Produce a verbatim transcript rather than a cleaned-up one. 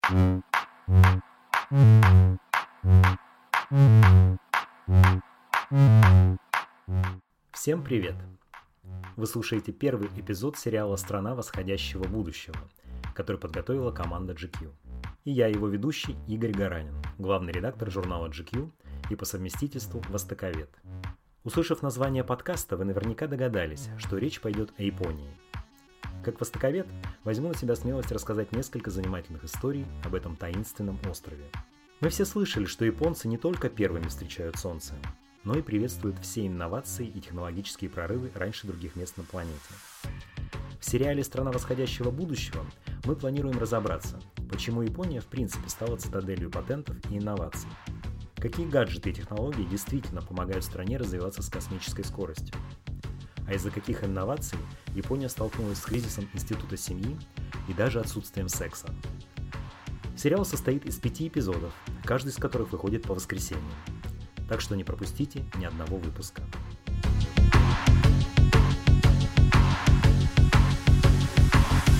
Всем привет! Вы слушаете первый эпизод сериала «Страна восходящего будущего», который подготовила команда джи кью. И я, его ведущий, Игорь Гаранин, главный редактор журнала джи кью и по совместительству востоковед. Услышав название подкаста, вы наверняка догадались, что речь пойдет о Японии. Как востоковед, возьму на себя смелость рассказать несколько занимательных историй об этом таинственном острове. Мы все слышали, что японцы не только первыми встречают Солнце, но и приветствуют все инновации и технологические прорывы раньше других мест на планете. В сериале «Страна восходящего будущего» мы планируем разобраться, почему Япония в принципе стала цитаделью патентов и инноваций. Какие гаджеты и технологии действительно помогают стране развиваться с космической скоростью? А из-за каких инноваций Япония столкнулась с кризисом института семьи и даже отсутствием секса? Сериал состоит из пяти эпизодов, каждый из которых выходит по воскресеньям. Так что не пропустите ни одного выпуска.